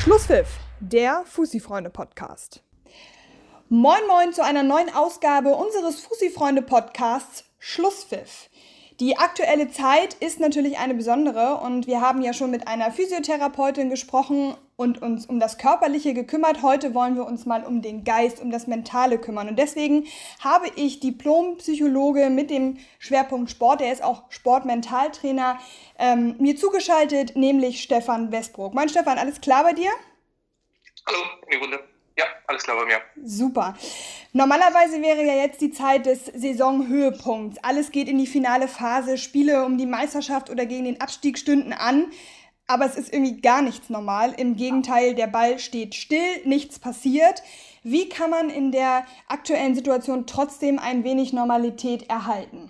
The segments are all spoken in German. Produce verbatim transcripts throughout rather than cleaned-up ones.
Schlusspfiff, der Fussi-Freunde-Podcast. Moin moin zu einer neuen Ausgabe unseres Fussi-Freunde-Podcasts Schlusspfiff. Die aktuelle Zeit ist natürlich eine besondere und wir haben ja schon mit einer Physiotherapeutin gesprochen und uns um das Körperliche gekümmert. Heute wollen wir uns mal um den Geist, um das Mentale kümmern. Und deswegen habe ich Diplompsychologe mit dem Schwerpunkt Sport, der ist auch Sportmentaltrainer, ähm, mir zugeschaltet, nämlich Stefan Westbrook. Moin Stefan, alles klar bei dir? Hallo, in die Runde. Ja, alles klar bei mir. Super. Normalerweise wäre ja jetzt die Zeit des Saisonhöhepunkts. Alles geht in die finale Phase, Spiele um die Meisterschaft oder gegen den Abstieg stünden an. Aber es ist irgendwie gar nichts normal. Im Gegenteil, der Ball steht still, nichts passiert. Wie kann man in der aktuellen Situation trotzdem ein wenig Normalität erhalten?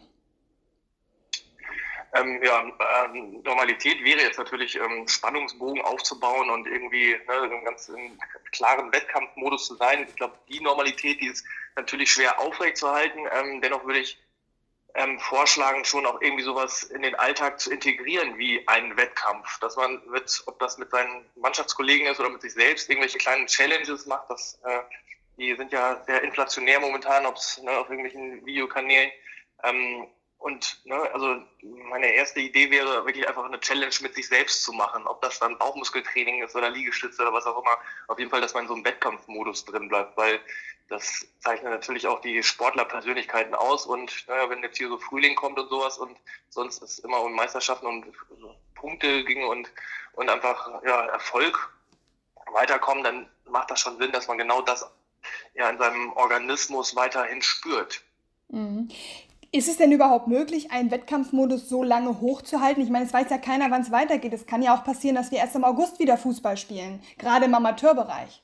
Ähm, ja, ähm, Normalität wäre jetzt natürlich ähm, Spannungsbogen aufzubauen und irgendwie ne, im ganz im klaren Wettkampfmodus zu sein. Ich glaube, die Normalität, die ist natürlich schwer aufrechtzuerhalten. Ähm, dennoch würde ich ähm, vorschlagen, schon auch irgendwie sowas in den Alltag zu integrieren wie einen Wettkampf. Dass man, mit, ob das mit seinen Mannschaftskollegen ist oder mit sich selbst, irgendwelche kleinen Challenges macht. Das, äh, die sind ja sehr inflationär momentan, ob es ne, auf irgendwelchen Videokanälen. Ähm, Und ne, also meine erste Idee wäre wirklich einfach eine Challenge mit sich selbst zu machen. Ob das dann Bauchmuskeltraining ist oder Liegestütze oder was auch immer. Auf jeden Fall, dass man in so einem Wettkampfmodus drin bleibt, weil das zeichnet natürlich auch die Sportlerpersönlichkeiten aus. Und naja, wenn jetzt hier so Frühling kommt und sowas und sonst ist immer um Meisterschaften und Punkte ging und, und einfach ja, Erfolg weiterkommen, dann macht das schon Sinn, dass man genau das ja in seinem Organismus weiterhin spürt. Mhm. Ist es denn überhaupt möglich, einen Wettkampfmodus so lange hochzuhalten? Ich meine, es weiß ja keiner, wann es weitergeht. Es kann ja auch passieren, dass wir erst im August wieder Fußball spielen, gerade im Amateurbereich.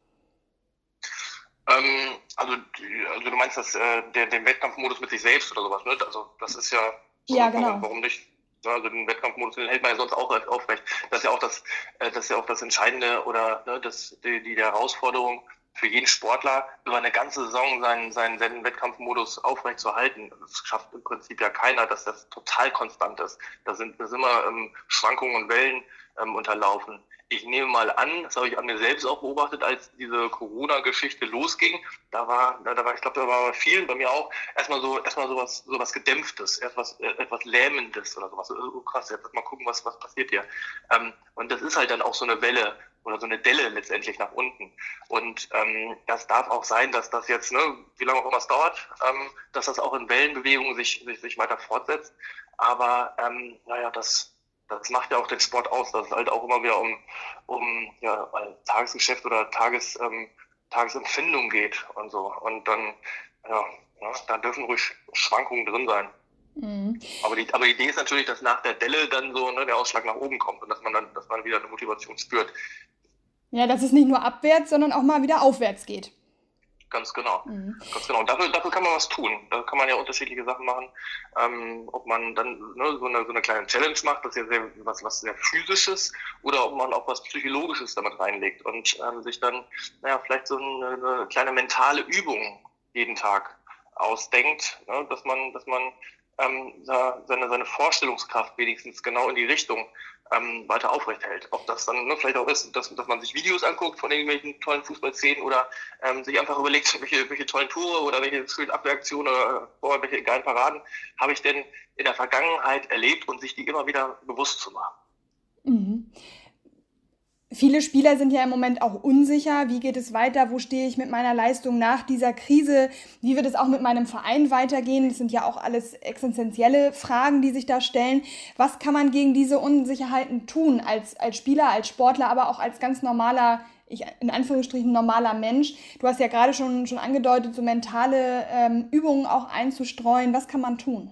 Ähm, also, also du meinst das, äh, der, den Wettkampfmodus mit sich selbst oder sowas, ne? Also das ist ja, Ja, warum, genau. warum nicht? Ja, also den Wettkampfmodus den hält man ja sonst auch aufrecht. Das ist ja auch das, äh, das ist ja auch das Entscheidende oder ne, das, die, die Herausforderung für jeden Sportler, über eine ganze Saison seinen, seinen, seinen Wettkampfmodus aufrecht zu halten. Das schafft im Prinzip ja keiner, dass das total konstant ist. Da sind, da sind immer ähm, Schwankungen und Wellen ähm, unterlaufen. Ich nehme mal an, das habe ich an mir selbst auch beobachtet, als diese Corona-Geschichte losging, da war, da, da war, ich glaube, da war bei vielen, bei mir auch, erstmal so, erstmal sowas, sowas Gedämpftes, etwas, etwas Lähmendes oder sowas. Oh krass, jetzt mal gucken, was, was passiert hier. Ähm, und das ist halt dann auch so eine Welle oder so eine Delle letztendlich nach unten. Und ähm, das darf auch sein, dass das jetzt, ne, wie lange auch immer es dauert, ähm, dass das auch in Wellenbewegungen sich, sich, sich weiter fortsetzt. Aber ähm, naja, das Das macht ja auch den Sport aus, dass es halt auch immer wieder um, um ja, Tagesgeschäft oder Tages, ähm, Tagesempfindung geht und so. Und dann, ja, ja, da dürfen ruhig Schwankungen drin sein. Mhm. Aber die, aber die Idee ist natürlich, dass nach der Delle dann so ne, der Ausschlag nach oben kommt und dass man dann, dass man wieder eine Motivation spürt. Ja, dass es nicht nur abwärts, sondern auch mal wieder aufwärts geht. Ganz genau. Mhm. Ganz genau. Und dafür, dafür kann man was tun. Da kann man ja unterschiedliche Sachen machen. Ähm, ob man dann ne, so, eine, so eine kleine Challenge macht, das ist ja sehr, was, was sehr Physisches, oder ob man auch was Psychologisches damit reinlegt und ähm, sich dann naja, vielleicht so eine, eine kleine mentale Übung jeden Tag ausdenkt, ne, dass man, dass man ähm, seine, seine Vorstellungskraft wenigstens genau in die Richtung ähm, weiter aufrechthält. Ob das dann ne, vielleicht auch ist, dass, dass man sich Videos anguckt von irgendwelchen tollen Fußballszenen oder ähm, sich einfach überlegt, welche, welche tollen Tore oder welche schönen Abwehraktionen oder boah, welche geilen Paraden habe ich denn in der Vergangenheit erlebt und sich die immer wieder bewusst zu machen. Mhm. Viele Spieler sind ja im Moment auch unsicher. Wie geht es weiter? Wo stehe ich mit meiner Leistung nach dieser Krise? Wie wird es auch mit meinem Verein weitergehen? Das sind ja auch alles existenzielle Fragen, die sich da stellen. Was kann man gegen diese Unsicherheiten tun als, als Spieler, als Sportler, aber auch als ganz normaler, ich, in Anführungsstrichen normaler Mensch? Du hast ja gerade schon, schon angedeutet, so mentale ähm, Übungen auch einzustreuen. Was kann man tun?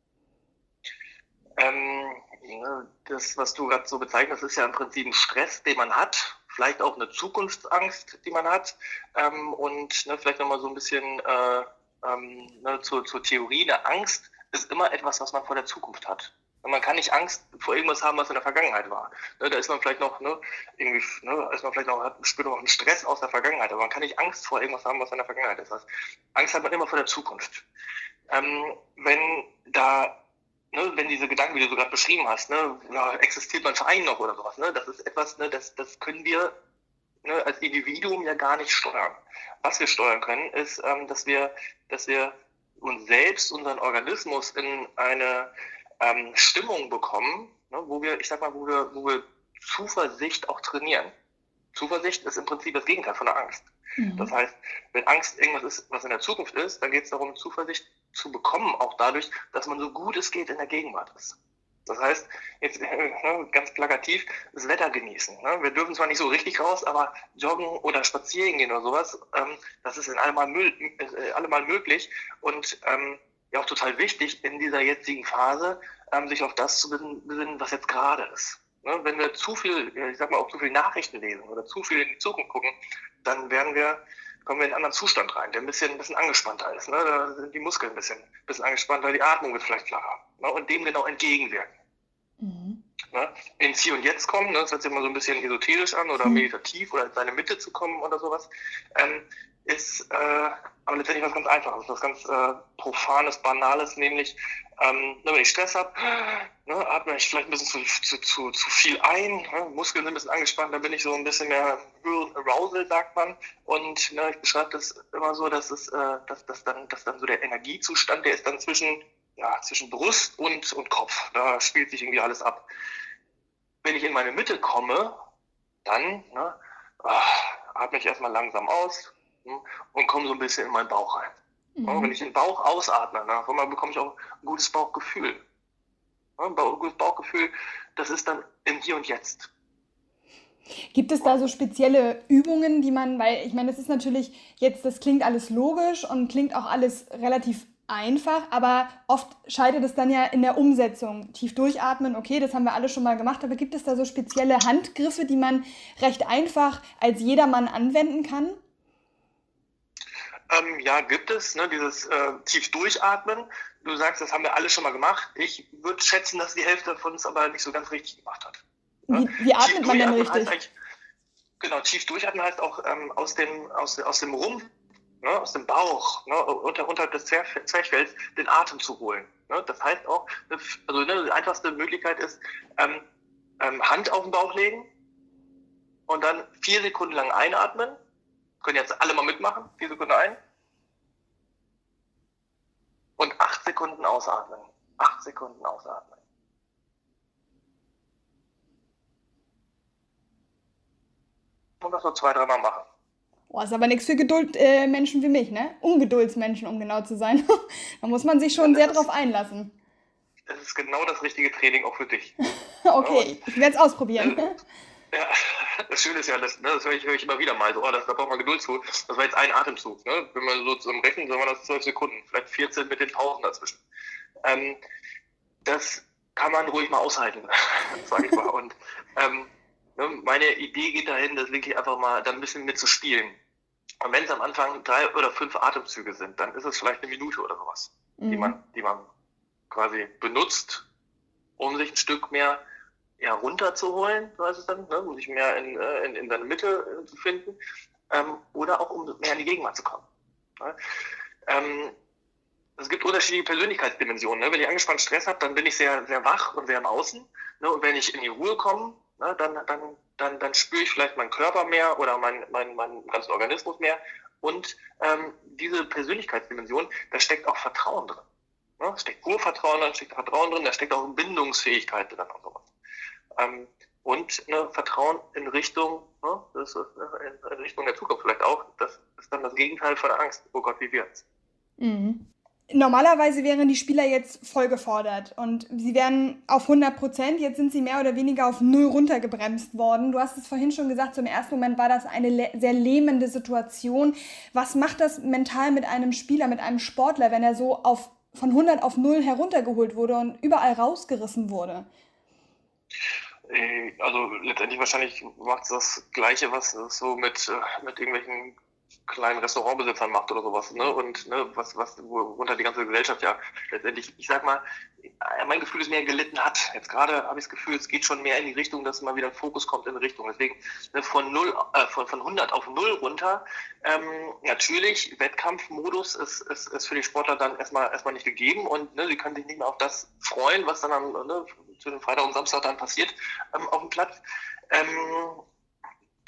Ähm, das, was du gerade so bezeichnest, ist ja im Prinzip ein Stress, den man hat, vielleicht auch eine Zukunftsangst, die man hat ähm, und ne, vielleicht nochmal so ein bisschen äh, ähm, ne, zur, zur Theorie, eine Angst ist immer etwas, was man vor der Zukunft hat. Und man kann nicht Angst vor irgendwas haben, was in der Vergangenheit war. Ne, da ist man vielleicht noch, ne, irgendwie, ne, ist man vielleicht noch, hat, spürt noch einen Stress aus der Vergangenheit, aber man kann nicht Angst vor irgendwas haben, was in der Vergangenheit ist. Das heißt, Angst hat man immer vor der Zukunft. Ähm, wenn da Ne, wenn diese Gedanken, wie du so gerade beschrieben hast, ne, ja, existiert mein Verein noch oder sowas, ne, das ist etwas, ne, das, das können wir ne, als Individuum ja gar nicht steuern. Was wir steuern können, ist, ähm, dass wir, dass wir uns selbst, unseren Organismus in eine ähm, Stimmung bekommen, ne, wo wir, ich sag mal, wo wir, wo wir Zuversicht auch trainieren. Zuversicht ist im Prinzip das Gegenteil von der Angst. Mhm. Das heißt, wenn Angst irgendwas ist, was in der Zukunft ist, dann geht es darum, Zuversicht zu bekommen, auch dadurch, dass man so gut es geht in der Gegenwart ist. Das heißt, jetzt äh, ganz plakativ, das Wetter genießen. Ne? Wir dürfen zwar nicht so richtig raus, aber joggen oder spazieren gehen oder sowas, ähm, das ist in allemal, äh, allemal möglich und ähm, ja auch total wichtig in dieser jetzigen Phase, ähm, sich auf das zu besinnen, was jetzt gerade ist. Ne? Wenn wir zu viel, ich sag mal auch zu viel Nachrichten lesen oder zu viel in die Zukunft gucken, dann werden wir, kommen wir in einen anderen Zustand rein, der ein bisschen, ein bisschen angespannter ist. Ne? Da sind die Muskeln ein bisschen, ein bisschen angespannt, weil die Atmung wird vielleicht flacher. Ne? Und dem genau entgegenwirken. Mhm. Ne? Ins Hier und Jetzt kommen, ne? Das hört sich immer so ein bisschen esoterisch an oder mhm. meditativ oder in seine Mitte zu kommen oder sowas, ähm, ist äh, aber letztendlich was ganz Einfaches, was ganz äh, Profanes, Banales, nämlich ähm, wenn ich Stress habe, ne, atme ich vielleicht ein bisschen zu, zu, zu, zu viel ein, ne? Muskeln sind ein bisschen angespannt, da bin ich so ein bisschen mehr höheren Arousal, sagt man, und ne, ich beschreibe das immer so, dass es, äh, dass, dass, dann, dass dann so der Energiezustand, der ist dann zwischen, ja, zwischen Brust und, und Kopf, da spielt sich irgendwie alles ab. Wenn ich in meine Mitte komme, dann ne, atme ich erstmal langsam aus und komme so ein bisschen in meinen Bauch rein. Mhm. Wenn ich den Bauch ausatme, dann bekomme ich auch ein gutes Bauchgefühl. Ein gutes Bauchgefühl, das ist dann im Hier und Jetzt. Gibt es da so spezielle Übungen, die man, weil ich meine, das ist natürlich jetzt, das klingt alles logisch und klingt auch alles relativ einfach, aber oft scheitert es dann ja in der Umsetzung. Tief durchatmen, okay, das haben wir alle schon mal gemacht, aber gibt es da so spezielle Handgriffe, die man recht einfach als jedermann anwenden kann? Ähm, ja, gibt es, ne, dieses äh, tief durchatmen. Du sagst, das haben wir alle schon mal gemacht. Ich würde schätzen, dass die Hälfte von uns aber nicht so ganz richtig gemacht hat. Ne? Wie, wie atmet man denn richtig? Genau, tief durchatmen heißt auch ähm, aus dem, aus, aus dem Rumpf, ne, aus dem Bauch, ne, unter, unterhalb des Zwerchfells den Atem zu holen. Ne? Das heißt auch, also ne, die einfachste Möglichkeit ist, ähm, ähm, Hand auf den Bauch legen und dann vier Sekunden lang einatmen. Können jetzt alle mal mitmachen. Vier Sekunden ein. Und acht Sekunden ausatmen. Acht Sekunden ausatmen. Und das so zwei, dreimal machen. Boah, ist aber nichts für Geduldmenschen äh, wie mich, ne? Ungeduldsmenschen, um genau zu sein. Da muss man sich schon sehr ist, drauf einlassen. Das ist genau das richtige Training auch für dich. Okay, und, ich werde es ausprobieren. Äh, Ja, das Schöne ist ja, das, ne, das höre ich, höre ich immer wieder mal, so, oh, das, da braucht man Geduld zu. Das war jetzt ein Atemzug. Ne? Wenn man so zusammen rechnen, dann waren das zwölf Sekunden, vielleicht vierzehn mit den Pausen dazwischen. Ähm, das kann man ruhig mal aushalten, sage ich mal. Und ähm, ne, meine Idee geht dahin, das wirklich einfach mal dann ein bisschen mitzuspielen. Und wenn es am Anfang drei oder fünf Atemzüge sind, dann ist es vielleicht eine Minute oder sowas, mhm. die man, die man quasi benutzt, um sich ein Stück mehr ja, runterzuholen, so heißt es dann, ne, um sich mehr in, in, in seine Mitte äh, zu finden, ähm, oder auch um mehr in die Gegenwart zu kommen. Ne? Ähm, es gibt unterschiedliche Persönlichkeitsdimensionen. Ne? Wenn ich angespannt Stress habe, dann bin ich sehr, sehr wach und sehr im Außen. Ne? Und wenn ich in die Ruhe komme, ne, dann, dann, dann, dann spüre ich vielleicht meinen Körper mehr oder meinen mein, mein ganzen Organismus mehr. Und ähm, diese Persönlichkeitsdimension, da steckt auch Vertrauen drin. Ne? Da steckt Urvertrauen drin, da steckt Vertrauen drin, da steckt auch Bindungsfähigkeit drin und sowas. Ähm, und ne, Vertrauen in Richtung, ne, das ist, in Richtung der Zukunft vielleicht auch, das ist dann das Gegenteil von der Angst. Oh Gott, wie wird's? Mhm. Normalerweise wären die Spieler jetzt voll gefordert und sie wären auf hundert Prozent, jetzt sind sie mehr oder weniger auf null runtergebremst worden. Du hast es vorhin schon gesagt, so im ersten Moment war das eine le- sehr lähmende Situation. Was macht das mental mit einem Spieler, mit einem Sportler, wenn er so auf, von hundert auf null heruntergeholt wurde und überall rausgerissen wurde? Also letztendlich wahrscheinlich macht es das Gleiche, was es so mit, mit irgendwelchen kleinen Restaurantbesitzern macht oder sowas, ne? Und ne, was, was, worunter die ganze Gesellschaft ja letztendlich, ich sag mal, mein Gefühl ist mehr gelitten hat. Jetzt gerade habe ich das Gefühl, es geht schon mehr in die Richtung, dass mal wieder ein Fokus kommt in Richtung. Deswegen ne, von null, äh, von, von hundert auf null runter. Ähm, natürlich, Wettkampfmodus ist, ist, ist für die Sportler dann erstmal erstmal nicht gegeben und ne, sie können sich nicht mehr auf das freuen, was dann am, ne, zu den Freitag und Samstag dann passiert ähm, auf dem Platz. Ähm,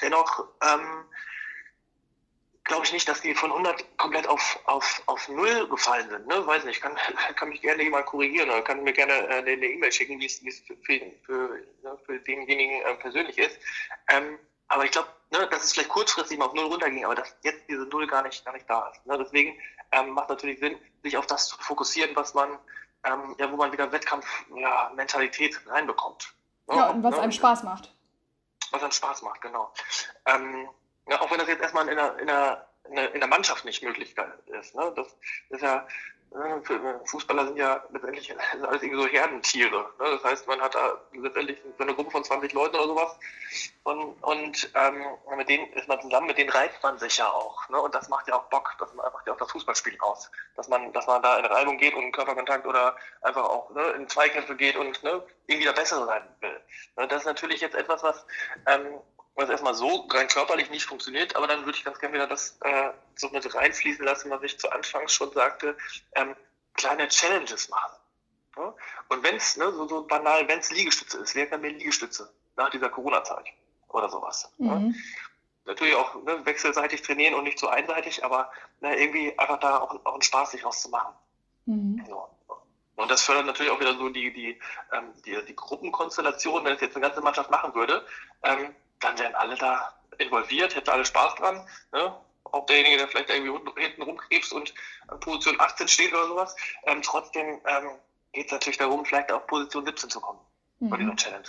dennoch ähm, glaube ich nicht, dass die von hundert komplett auf, auf, auf null gefallen sind. Ne? Weiß nicht, kann, kann mich gerne jemand korrigieren oder kann mir gerne äh, eine E-Mail schicken, wie es für, für, für, ne, für denjenigen äh, persönlich ist. Ähm, aber ich glaube, ne, dass es vielleicht kurzfristig mal auf null runterging, aber dass jetzt diese null gar nicht, gar nicht da ist. Ne? Deswegen ähm, macht natürlich Sinn, sich auf das zu fokussieren, was man, ähm, ja, wo man wieder Wettkampf-Mentalität ja, reinbekommt. Ne? Ja, und was ne? einem Spaß macht. Was einem Spaß macht, genau. Ähm, Ja, auch wenn das jetzt erstmal in der, in der, in der Mannschaft nicht möglich ist. Ne? Das ist ja, Fußballer sind ja letztendlich alles irgendwie so Herdentiere. Ne? Das heißt, man hat da letztendlich so eine Gruppe von zwanzig Leuten oder sowas und, und ähm, mit denen ist man zusammen, mit denen reizt man sich ja auch. Ne? Und das macht ja auch Bock, das macht ja auch das Fußballspiel aus. Dass man, dass man da in Reibung geht und in Körperkontakt oder einfach auch ne, in Zweikämpfe geht und ne, irgendwie der Bessere sein will. Ne? Das ist natürlich jetzt etwas, was ähm, was erstmal so rein körperlich nicht funktioniert, aber dann würde ich ganz gerne wieder das äh, so mit reinfließen lassen, was ich zu Anfangs schon sagte, ähm, kleine Challenges machen. Ja? Und wenn es, ne, so, so banal, wenn es Liegestütze ist, wer kann mehr Liegestütze nach dieser Corona-Zeit oder sowas. Mhm. Ja? Natürlich auch ne, wechselseitig trainieren und nicht so einseitig, aber ne, irgendwie einfach da auch, auch einen Spaß sich rauszumachen. Mhm. So. Und das fördert natürlich auch wieder so die, die, ähm, die, die Gruppenkonstellation, wenn es jetzt eine ganze Mannschaft machen würde, ähm, dann wären alle da involviert, hätten alle Spaß dran. Ne? Auch derjenige, der vielleicht irgendwie hinten rumkrebst und an Position achtzehn steht oder sowas. Ähm, trotzdem ähm, geht es natürlich darum, vielleicht auf Position siebzehn zu kommen mhm. bei dieser Challenge.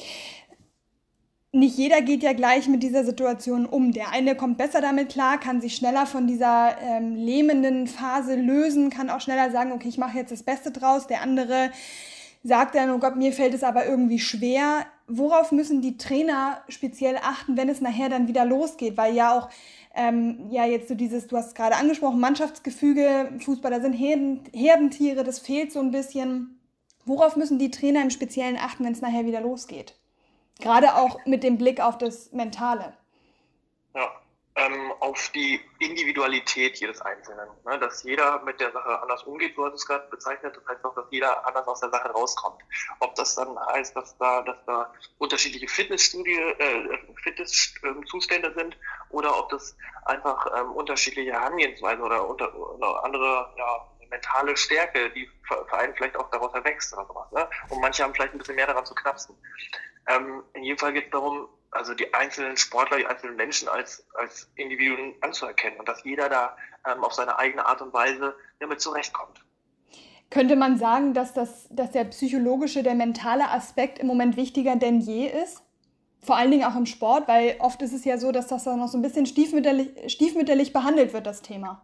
Nicht jeder geht ja gleich mit dieser Situation um. Der eine kommt besser damit klar, kann sich schneller von dieser ähm, lähmenden Phase lösen, kann auch schneller sagen, okay, ich mache jetzt das Beste draus. Der andere sagt dann, oh Gott, mir fällt es aber irgendwie schwer. Worauf müssen die Trainer speziell achten, wenn es nachher dann wieder losgeht? Weil ja auch, ähm, ja jetzt so dieses, du hast es gerade angesprochen, Mannschaftsgefüge, Fußballer sind Herden, Herdentiere, das fehlt so ein bisschen. Worauf müssen die Trainer im Speziellen achten, wenn es nachher wieder losgeht? Gerade auch mit dem Blick auf das Mentale. Ja, ähm, auf die Individualität jedes Einzelnen. Ne? Dass jeder mit der Sache anders umgeht, so hast du es gerade bezeichnet. Das heißt auch, dass jeder anders aus der Sache rauskommt. Ob das dann heißt, dass da, dass da unterschiedliche Fitnessstudie, äh, Fitnesszustände sind oder ob das einfach ähm, unterschiedliche Herangehensweisen oder, unter, oder andere ja, mentale Stärke, die Verein vielleicht auch daraus erwächst oder sowas. Ne? Und manche haben vielleicht ein bisschen mehr daran zu knapsen. Ähm, in jedem Fall geht es darum, also die einzelnen Sportler, die einzelnen Menschen als, als Individuen anzuerkennen und dass jeder da ähm, auf seine eigene Art und Weise damit zurechtkommt. Könnte man sagen, dass, das, dass der psychologische, der mentale Aspekt im Moment wichtiger denn je ist? Vor allen Dingen auch im Sport, weil oft ist es ja so, dass das dann noch so ein bisschen stiefmütterlich, stiefmütterlich behandelt wird, das Thema.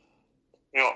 Ja.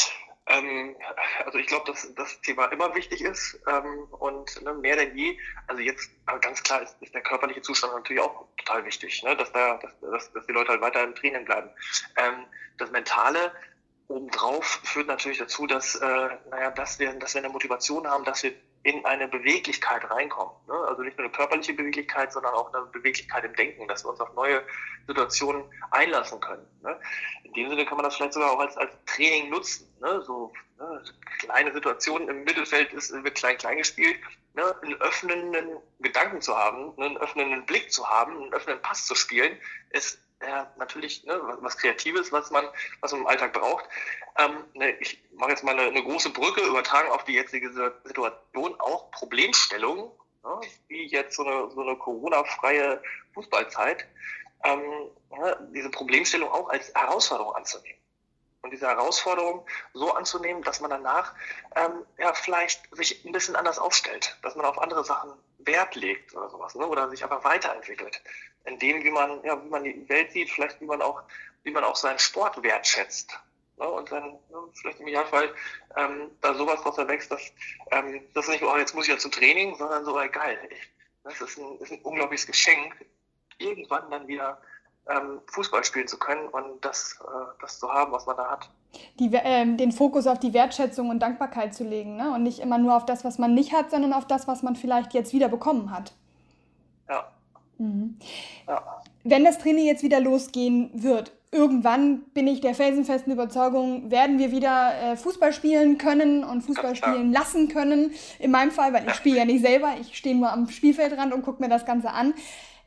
Ähm, also ich glaube, dass das Thema immer wichtig ist ähm, und ne, mehr denn je. Also jetzt ganz klar ist, ist der körperliche Zustand natürlich auch total wichtig, ne? dass, da, dass, dass, dass die Leute halt weiter im Training bleiben. Ähm, das Mentale obendrauf führt natürlich dazu, dass, äh, naja, dass, wir, dass wir eine Motivation haben, dass wir in eine Beweglichkeit reinkommen. Ne? Also nicht nur eine körperliche Beweglichkeit, sondern auch eine Beweglichkeit im Denken, dass wir uns auf neue Situationen einlassen können. Ne? In dem Sinne kann man das vielleicht sogar auch als, als Training nutzen. Ne? So ne? kleine Situationen im Mittelfeld ist, wird klein-klein gespielt. Ne? Einen öffnenden Gedanken zu haben, ne? einen öffnenden Blick zu haben, einen öffnenden Pass zu spielen, ist ja, natürlich ne, was Kreatives, was man, was man im Alltag braucht. Ähm, ne, ich mache jetzt mal eine, eine große Brücke, übertragen auf die jetzige Situation auch Problemstellungen, ne, wie jetzt so eine, so eine Corona-freie Fußballzeit, ähm, ne, diese Problemstellung auch als Herausforderung anzunehmen. Und diese Herausforderung so anzunehmen, dass man danach ähm, ja, vielleicht sich ein bisschen anders aufstellt, dass man auf andere Sachen Wert legt oder sowas, ne? Oder sich einfach weiterentwickelt. In dem, wie man, ja, wie man die Welt sieht, vielleicht wie man auch, wie man auch seinen Sport wertschätzt. Ne? Und dann, ne, vielleicht im Idealfall ähm, da sowas draus erwächst, dass ähm, das nicht, oh, jetzt muss ich ja zum Training, sondern so, ey, geil, ich, das ist ein, ist ein unglaubliches Geschenk, irgendwann dann wieder ähm, Fußball spielen zu können und das, äh, das zu haben, was man da hat. Die, äh, den Fokus auf die Wertschätzung und Dankbarkeit zu legen, ne? Und nicht immer nur auf das, was man nicht hat, sondern auf das, was man vielleicht jetzt wieder bekommen hat. Ja. Mhm. Ja. Wenn das Training jetzt wieder losgehen wird, irgendwann bin ich der felsenfesten Überzeugung, werden wir wieder äh, Fußball spielen können und Fußball spielen lassen können. In meinem Fall, weil ich spiele ja nicht selber, ich stehe nur am Spielfeldrand und gucke mir das Ganze an.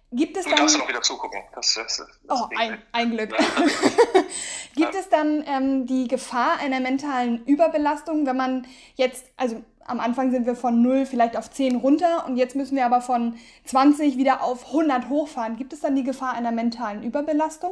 Gibt es Du dann... darfst du noch wieder zugucken. Das, das, das oh, ein, ein Glück. Ja. Gibt es dann ähm, die Gefahr einer mentalen Überbelastung, wenn man jetzt, also am Anfang sind wir von null vielleicht auf zehn runter und jetzt müssen wir aber von zwanzig wieder auf hundert hochfahren. Gibt es dann die Gefahr einer mentalen Überbelastung?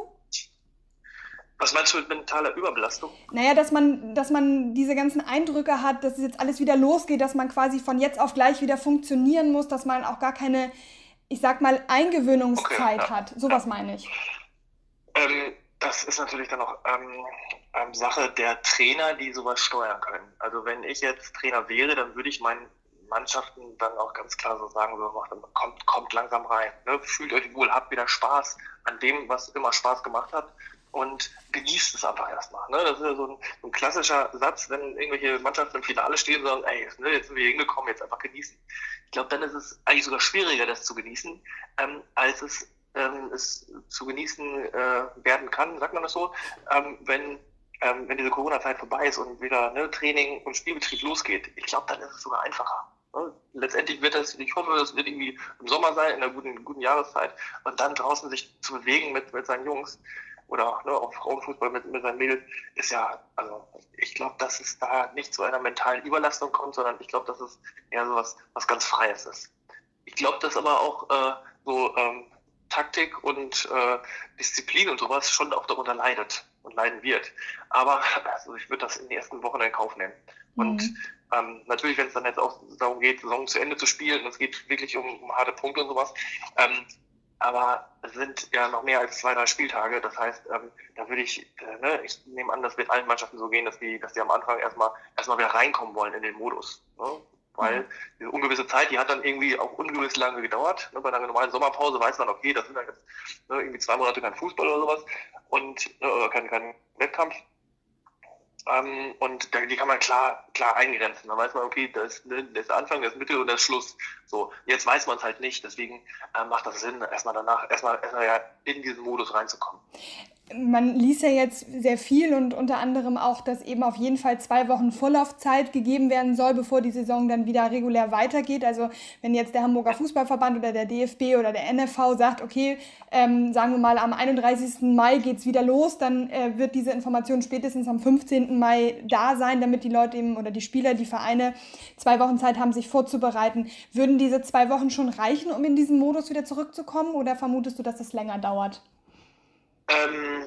Was meinst du mit mentaler Überbelastung? Naja, dass man, dass man diese ganzen Eindrücke hat, dass es jetzt alles wieder losgeht, dass man quasi von jetzt auf gleich wieder funktionieren muss, dass man auch gar keine, ich sag mal, Eingewöhnungszeit Okay, ja. hat. Sowas meine ich. Ähm, das ist natürlich dann auch ähm, ähm, Sache der Trainer, die sowas steuern können. Also wenn ich jetzt Trainer wäre, dann würde ich meinen Mannschaften dann auch ganz klar so sagen, so, kommt, kommt langsam rein, ne? Fühlt euch wohl, habt wieder Spaß an dem, was immer Spaß gemacht hat und genießt es einfach erstmal. Ne? Das ist ja so ein, so ein klassischer Satz, wenn irgendwelche Mannschaften im Finale stehen und sagen, ey, ne, jetzt sind wir hingekommen, jetzt einfach genießen. Ich glaube, dann ist es eigentlich sogar schwieriger, das zu genießen, ähm, als es ähm, es zu genießen äh, werden kann, sagt man das so, ähm, wenn ähm, wenn diese Corona-Zeit vorbei ist und wieder ne, Training und Spielbetrieb losgeht. Ich glaube, dann ist es sogar einfacher. Ne? Letztendlich wird das, ich hoffe, das wird irgendwie im Sommer sein, in einer guten, guten Jahreszeit, und dann draußen sich zu bewegen mit, mit seinen Jungs oder ne, auch Frauenfußball mit, mit seinen Mädels, ist ja, also ich glaube, dass es da nicht zu einer mentalen Überlastung kommt, sondern ich glaube, dass es eher so was, was ganz Freies ist. Ich glaube, dass aber auch äh, so ähm, Taktik und äh, Disziplin und sowas schon auch darunter leidet und leiden wird. Aber also ich würde das in den ersten Wochen in Kauf nehmen. Und Mhm. ähm, natürlich, wenn es dann jetzt auch darum geht, Saison zu Ende zu spielen, und es geht wirklich um, um harte Punkte und sowas, ähm, aber es sind ja noch mehr als zwei, drei Spieltage. Das heißt, ähm, da würde ich, äh, ne, ich nehme an, das wird allen Mannschaften so gehen, dass die, dass die am Anfang erstmal erstmal wieder reinkommen wollen in den Modus. Ne? Weil diese ungewisse Zeit, die hat dann irgendwie auch ungewiss lange gedauert. Ne? Bei einer normalen Sommerpause weiß man, okay, das sind dann jetzt ne, irgendwie zwei Monate kein Fußball oder sowas und ne, oder kein, kein Wettkampf. Ähm, und da, die kann man klar, klar eingrenzen. Da weiß man, okay, das, ne, das ist der Anfang, das ist Mitte und das ist Schluss. So, jetzt weiß man es halt nicht. Deswegen äh, macht das Sinn, erstmal danach, erstmal, erstmal ja in diesen Modus reinzukommen. Man liest ja jetzt sehr viel und unter anderem auch, dass eben auf jeden Fall zwei Wochen Vorlaufzeit gegeben werden soll, bevor die Saison dann wieder regulär weitergeht. Also wenn jetzt der Hamburger Fußballverband oder der D F B oder der N F V sagt, okay, ähm, sagen wir mal am einunddreißigsten Mai geht's wieder los, dann äh, wird diese Information spätestens am fünfzehnten Mai da sein, damit die Leute eben oder die Spieler, die Vereine zwei Wochen Zeit haben, sich vorzubereiten. Würden diese zwei Wochen schon reichen, um in diesen Modus wieder zurückzukommen, oder vermutest du, dass das länger dauert? Ähm,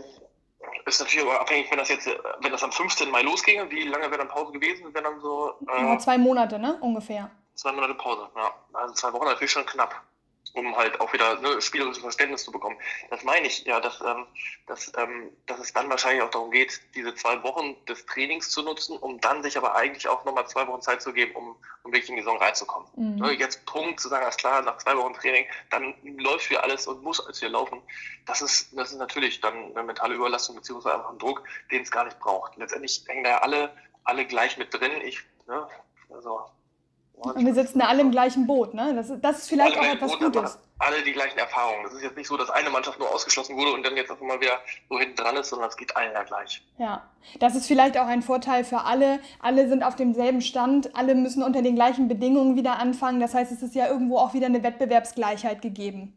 ist natürlich aber abhängig, wenn das jetzt, wenn das am fünfzehnten Mai losginge, wie lange wäre dann Pause gewesen? Wäre dann so äh, Ja, zwei Monate, ne? Ungefähr. zwei Monate Pause. Ja, also zwei Wochen natürlich schon knapp, um halt auch wieder ne, spielerisches Verständnis zu bekommen. Das meine ich, ja, dass, ähm, dass, ähm, dass es dann wahrscheinlich auch darum geht, diese zwei Wochen des Trainings zu nutzen, um dann sich aber eigentlich auch nochmal zwei Wochen Zeit zu geben, um, um wirklich in die Saison reinzukommen. Mhm. Ne, jetzt Punkt zu sagen, alles klar, nach zwei Wochen Training, dann läuft hier alles und muss alles hier laufen. Das ist, das ist natürlich dann eine mentale Überlastung beziehungsweise einfach ein Druck, den es gar nicht braucht. Letztendlich hängen da ja alle, alle gleich mit drin. Ich, ne, also Und wir sitzen da alle im gleichen Boot, ne? Das, ist- das ist vielleicht auch alle, etwas Boot, aber Gutes. alle die gleichen Erfahrungen. Das ist jetzt nicht so, dass eine Mannschaft nur ausgeschlossen wurde und dann jetzt einfach mal wieder so hinten dran ist, sondern es geht allen ja gleich. Ja, das ist vielleicht auch ein Vorteil für alle. Alle sind auf demselben Stand, alle müssen unter den gleichen Bedingungen wieder anfangen. Das heißt, es ist ja irgendwo auch wieder eine Wettbewerbsgleichheit gegeben.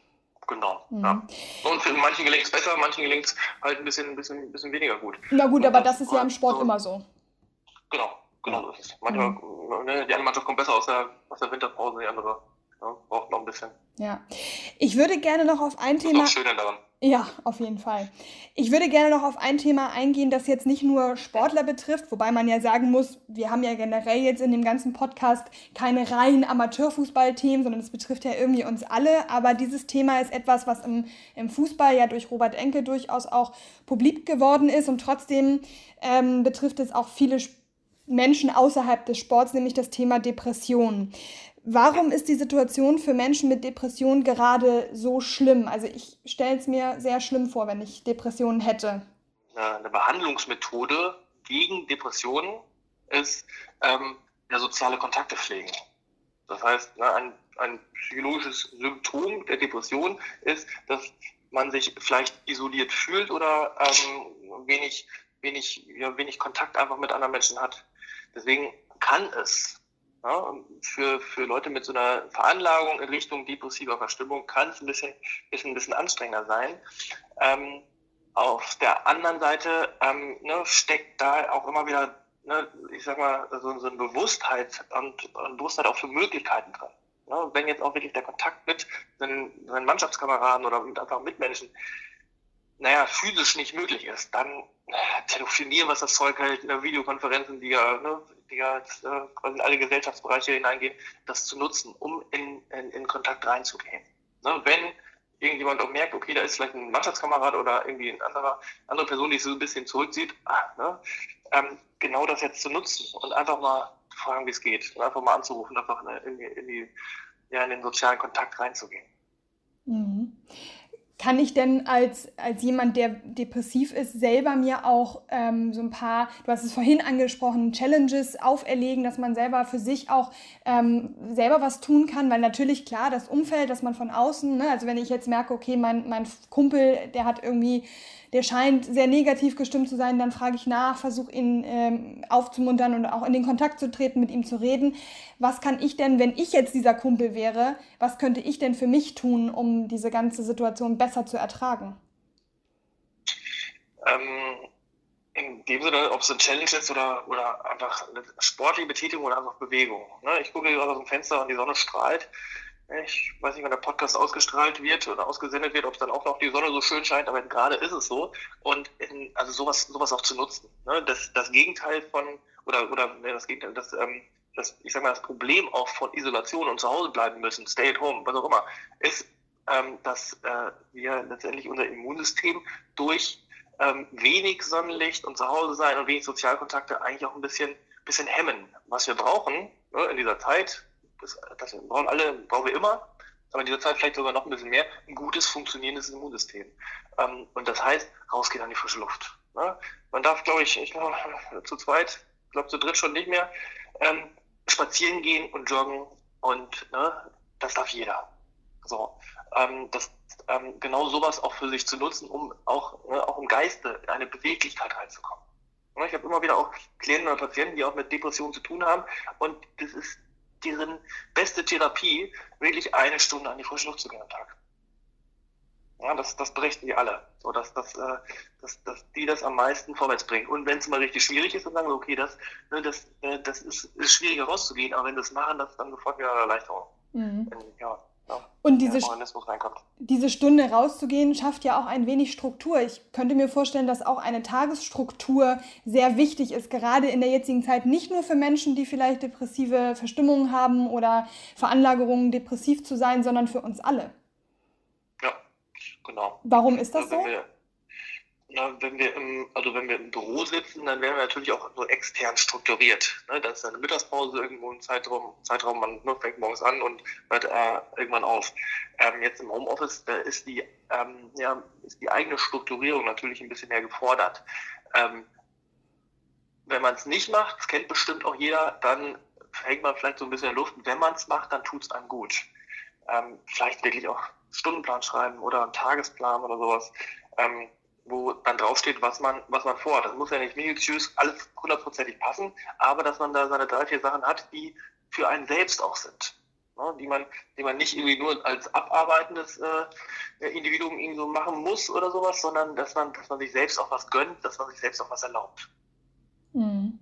Genau. Mhm. Ja. Und für manchen gelingt es besser, manchen gelingt es halt ein bisschen, ein bisschen, ein bisschen weniger gut. Na gut, Und aber das ist ja im Sport so, immer so. Genau, genau so ist es. Manchmal, ne, die eine Mannschaft kommt besser aus der, aus der Winterpause, die andere ja, braucht noch ein bisschen. Ja. Ich würde gerne noch auf ein Das ist Thema... auch schön daran. Ja, auf jeden Fall. Ich würde gerne noch auf ein Thema eingehen, das jetzt nicht nur Sportler betrifft, wobei man ja sagen muss, wir haben ja generell jetzt in dem ganzen Podcast keine reinen Amateurfußballthemen, sondern es betrifft ja irgendwie uns alle. Aber dieses Thema ist etwas, was im, im Fußball ja durch Robert Enke durchaus auch publik geworden ist, und trotzdem ähm, betrifft es auch viele Sp- Menschen außerhalb des Sports, nämlich das Thema Depressionen. Warum ist die Situation für Menschen mit Depressionen gerade so schlimm? Also ich stelle es mir sehr schlimm vor, wenn ich Depressionen hätte. Eine, eine Behandlungsmethode gegen Depressionen ist ähm, ja, soziale Kontakte pflegen. Das heißt, ne, ein, ein psychologisches Symptom der Depression ist, dass man sich vielleicht isoliert fühlt oder ähm, wenig, wenig, ja, wenig Kontakt einfach mit anderen Menschen hat. Deswegen kann es Ja, und für, für Leute mit so einer Veranlagung in Richtung depressiver Verstimmung kann es ein bisschen, bisschen, ein bisschen anstrengender sein. Ähm, auf der anderen Seite ähm, ne, steckt da auch immer wieder, ne, ich sag mal, so, so eine Bewusstheit und, und Bewusstheit auch für Möglichkeiten drin. Ne, wenn jetzt auch wirklich der Kontakt mit seinen, seinen Mannschaftskameraden oder mit einfach Mitmenschen, naja, physisch nicht möglich ist, dann äh, telefonieren, was das Zeug hält, ne, Videokonferenzen, die ja, ne, die ja jetzt, äh, quasi in alle Gesellschaftsbereiche hineingehen, das zu nutzen, um in, in, in Kontakt reinzugehen. Ne, wenn irgendjemand auch merkt, okay, da ist vielleicht ein Mannschaftskamerad oder irgendwie eine andere, andere Person, die sich so ein bisschen zurückzieht, ah, ne, ähm, genau das jetzt zu nutzen und einfach mal fragen, wie es geht, und einfach mal anzurufen, einfach in die, in, die, ja, in den sozialen Kontakt reinzugehen. Mhm. Kann ich denn als, als jemand, der depressiv ist, selber mir auch ähm, so ein paar, du hast es vorhin angesprochen, Challenges auferlegen, dass man selber für sich auch ähm, selber was tun kann? Weil natürlich, klar, das Umfeld, dass man von außen, ne, also wenn ich jetzt merke, okay, mein, mein Kumpel, der hat irgendwie, der scheint sehr negativ gestimmt zu sein, dann frage ich nach, versuche ihn ähm, aufzumuntern und auch in den Kontakt zu treten, mit ihm zu reden. Was kann ich denn, wenn ich jetzt dieser Kumpel wäre, was könnte ich denn für mich tun, um diese ganze Situation besser zu ertragen? Ähm, in dem Sinne, ob es eine Challenge ist oder, oder einfach eine sportliche Betätigung oder einfach Bewegung. Ne? Ich gucke gerade aus dem Fenster und die Sonne strahlt. Ich weiß nicht, wann der Podcast ausgestrahlt wird oder ausgesendet wird, ob es dann auch noch die Sonne so schön scheint, aber gerade ist es so. Und in, also sowas, sowas auch zu nutzen. Ne? Das, das Gegenteil von, oder, oder ne, das Gegenteil, das, ähm, das, ich sag mal, das Problem auch von Isolation und zu Hause bleiben müssen, stay at home, was auch immer, ist, ähm, dass äh, wir letztendlich unser Immunsystem durch ähm, wenig Sonnenlicht und zu Hause sein und wenig Sozialkontakte eigentlich auch ein bisschen, bisschen hemmen. Was wir brauchen, ne, in dieser Zeit, das, das brauchen alle, brauchen wir immer, aber in dieser Zeit vielleicht sogar noch ein bisschen mehr, ein gutes, funktionierendes Immunsystem. Ähm, und das heißt, rausgehen an die frische Luft. Ne? Man darf, glaube ich, ich glaube, zu zweit, ich glaube zu dritt schon nicht mehr, ähm, spazieren gehen und joggen und ne, das darf jeder. So, ähm, das, ähm, genau sowas auch für sich zu nutzen, um auch, ne, auch im Geiste in eine Beweglichkeit reinzukommen. Ne, ich habe immer wieder auch Klienten oder Patienten, die auch mit Depressionen zu tun haben und das ist deren beste Therapie, wirklich eine Stunde an die frische Luft zu gehen am Tag. Ja, das, das berichten die alle, so dass, dass, äh, dass, dass die das am meisten vorwärts bringen. Und wenn es mal richtig schwierig ist, dann sagen sie, okay, das, ne, das, äh, das ist, ist schwieriger rauszugehen, aber wenn das machen, das dann sofort wieder eine Erleichterung. Mhm. Wenn, ja, ja, Und diese, der Organismus reinkommt. diese Stunde rauszugehen, schafft ja auch ein wenig Struktur. Ich könnte mir vorstellen, dass auch eine Tagesstruktur sehr wichtig ist, gerade in der jetzigen Zeit, nicht nur für Menschen, die vielleicht depressive Verstimmungen haben oder Veranlagerungen, depressiv zu sein, sondern für uns alle. Ja, genau. Warum ist das Also wenn so? wir, na, wenn wir im, also wenn wir im Büro sitzen, dann werden wir natürlich auch so extern strukturiert. Ne? Da ist eine Mittagspause irgendwo ein Zeitraum, Zeitraum, man ne, fängt morgens an und hört äh, irgendwann auf. Ähm, jetzt im Homeoffice, da ist die, ähm, ja, ist die eigene Strukturierung natürlich ein bisschen mehr gefordert. Ähm, wenn man es nicht macht, das kennt bestimmt auch jeder, dann hängt man vielleicht so ein bisschen in der Luft. Wenn man es macht, dann tut es einem gut. Ähm, vielleicht wirklich auch Stundenplan schreiben oder einen Tagesplan oder sowas. Ähm, wo dann draufsteht, was man, was man vorhat. Das muss ja nicht minutiös alles hundertprozentig passen, aber dass man da seine drei, vier Sachen hat, die für einen selbst auch sind. Ne? Die man, die man nicht irgendwie nur als abarbeitendes äh, Individuum irgendwie so machen muss oder sowas, sondern dass man, dass man sich selbst auch was gönnt, dass man sich selbst auch was erlaubt. Mhm.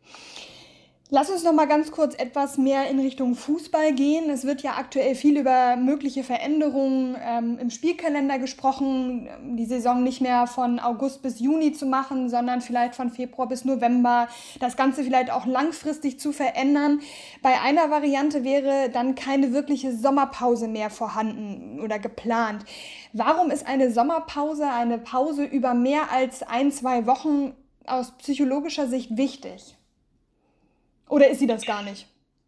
Lass uns noch mal ganz kurz etwas mehr in Richtung Fußball gehen. Es wird ja aktuell viel über mögliche Veränderungen ähm, im Spielkalender gesprochen, die Saison nicht mehr von August bis Juni zu machen, sondern vielleicht von Februar bis November, das Ganze vielleicht auch langfristig zu verändern. Bei einer Variante wäre dann keine wirkliche Sommerpause mehr vorhanden oder geplant. Warum ist eine Sommerpause, eine Pause über mehr als ein, zwei Wochen aus psychologischer Sicht wichtig? Oder ist sie das gar nicht?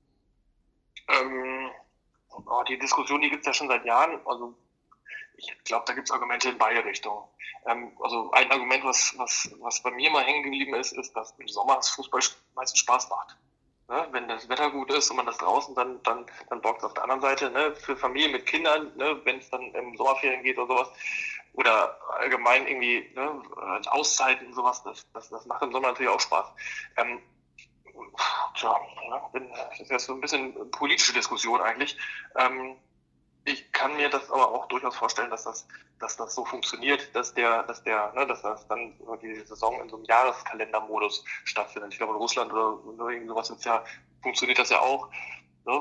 Ähm, oh, die Diskussion, die gibt es ja schon seit Jahren. Also ich glaube, da gibt es Argumente in beide Richtungen. Ähm, also ein Argument, was, was, was bei mir mal hängen geblieben ist, ist, dass im Sommer das Fußball meistens Spaß macht. Ne? Wenn das Wetter gut ist und man das draußen, dann, dann, dann bockt es auf der anderen Seite. Ne? Für Familien mit Kindern, ne? Wenn es dann im Sommerferien geht oder sowas, oder allgemein irgendwie ne? Auszeiten und sowas, das, das, das macht im Sommer natürlich auch Spaß. Ähm, tja, ne, das ist jetzt so ein bisschen politische Diskussion eigentlich. Ähm, ich kann mir das aber auch durchaus vorstellen, dass das, dass das so funktioniert, dass der, dass der, ne, dass das dann die Saison in so einem Jahreskalendermodus stattfindet. Ich glaube, in Russland oder, oder irgend sowas jetzt ja, funktioniert das ja auch. Ne?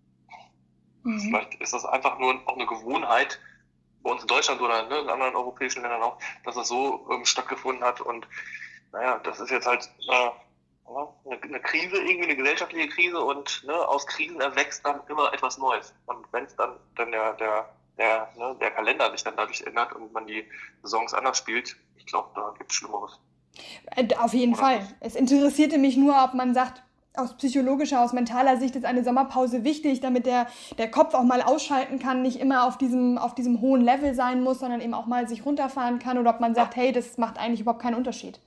Mhm. Vielleicht ist das einfach nur auch eine Gewohnheit bei uns in Deutschland oder ne, in anderen europäischen Ländern auch, dass das so ähm, stattgefunden hat. Und naja, das ist jetzt halt äh, eine, eine Krise, irgendwie eine gesellschaftliche Krise, und ne, aus Krisen erwächst dann immer etwas Neues. Und wenn es dann, dann der, der, der, ne, der Kalender sich dann dadurch ändert und man die Saisons anders spielt, ich glaube, da gibt es Schlimmeres. Auf jeden Oder Fall. Es interessierte mich nur, ob man sagt, aus psychologischer, aus mentaler Sicht ist eine Sommerpause wichtig, damit der, der Kopf auch mal ausschalten kann, nicht immer auf diesem, auf diesem hohen Level sein muss, sondern eben auch mal sich runterfahren kann, oder ob man sagt, hey, das macht eigentlich überhaupt keinen Unterschied.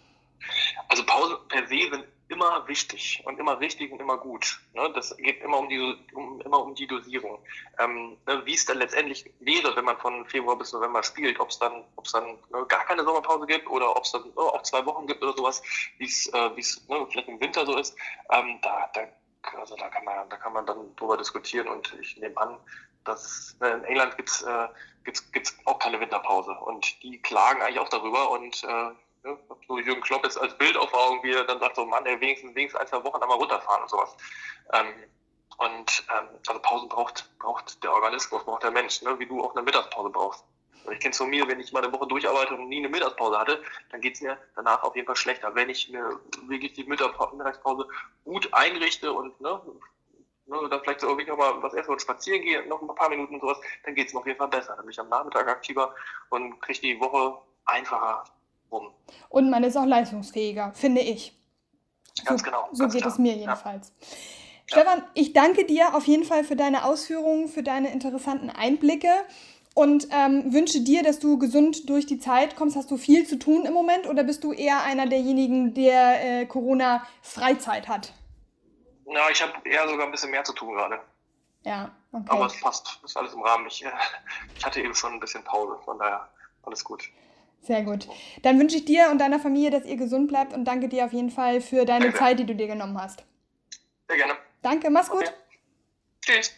Also Pausen per se sind immer wichtig und immer richtig und immer gut. Ne? Das geht immer um die, um, immer um die Dosierung. Ähm, ne, wie es dann letztendlich wäre, wenn man von Februar bis November spielt, ob es dann, ob es dann ne, gar keine Sommerpause gibt oder ob es dann ne, auch zwei Wochen gibt oder sowas, wie es äh, wie es ne, vielleicht im Winter so ist, ähm, da, da, also da kann man, da kann man dann drüber diskutieren, und ich nehme an, dass ne, in England gibt's äh, gibt's, gibt's auch keine Winterpause, und die klagen eigentlich auch darüber, und äh, Ja, so Jürgen Klopp jetzt als Bild auf Augen, wie er dann sagt, so Mann, ey, wenigstens, wenigstens ein, zwei Wochen einmal runterfahren und sowas. Ähm, und ähm, also Pausen braucht, braucht der Organismus, braucht der Mensch, ne? Wie du auch eine Mittagspause brauchst. Und ich kenne es von mir, wenn ich mal eine Woche durcharbeite und nie eine Mittagspause hatte, dann geht es mir danach auf jeden Fall schlechter. Wenn ich mir wirklich die Mittagspause gut einrichte und ne, ne, dann vielleicht so irgendwie noch mal was essen und spazieren gehe, noch ein paar Minuten und sowas, dann geht es mir auf jeden Fall besser. Dann bin ich am Nachmittag aktiver und kriege die Woche einfacher rum. Und man ist auch leistungsfähiger, finde ich. Ganz so, genau. So ganz geht klar. es mir jedenfalls. Ja. Stefan, ich danke dir auf jeden Fall für deine Ausführungen, für deine interessanten Einblicke und ähm, wünsche dir, dass du gesund durch die Zeit kommst. Hast du viel zu tun im Moment, oder bist du eher einer derjenigen, der äh, Corona-Freizeit hat? Ja, ich habe eher sogar ein bisschen mehr zu tun gerade. Ja, okay. Aber es passt, ist alles im Rahmen. Ich, äh, ich hatte eben schon ein bisschen Pause, von daher alles gut. Sehr gut. Dann wünsche ich dir und deiner Familie, dass ihr gesund bleibt, und danke dir auf jeden Fall für deine danke. Zeit, die du dir genommen hast. Sehr gerne. Danke, mach's gut. Okay. Tschüss.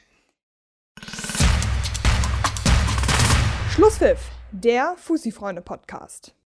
Schlusspfiff, der Fussi-Freunde-Podcast.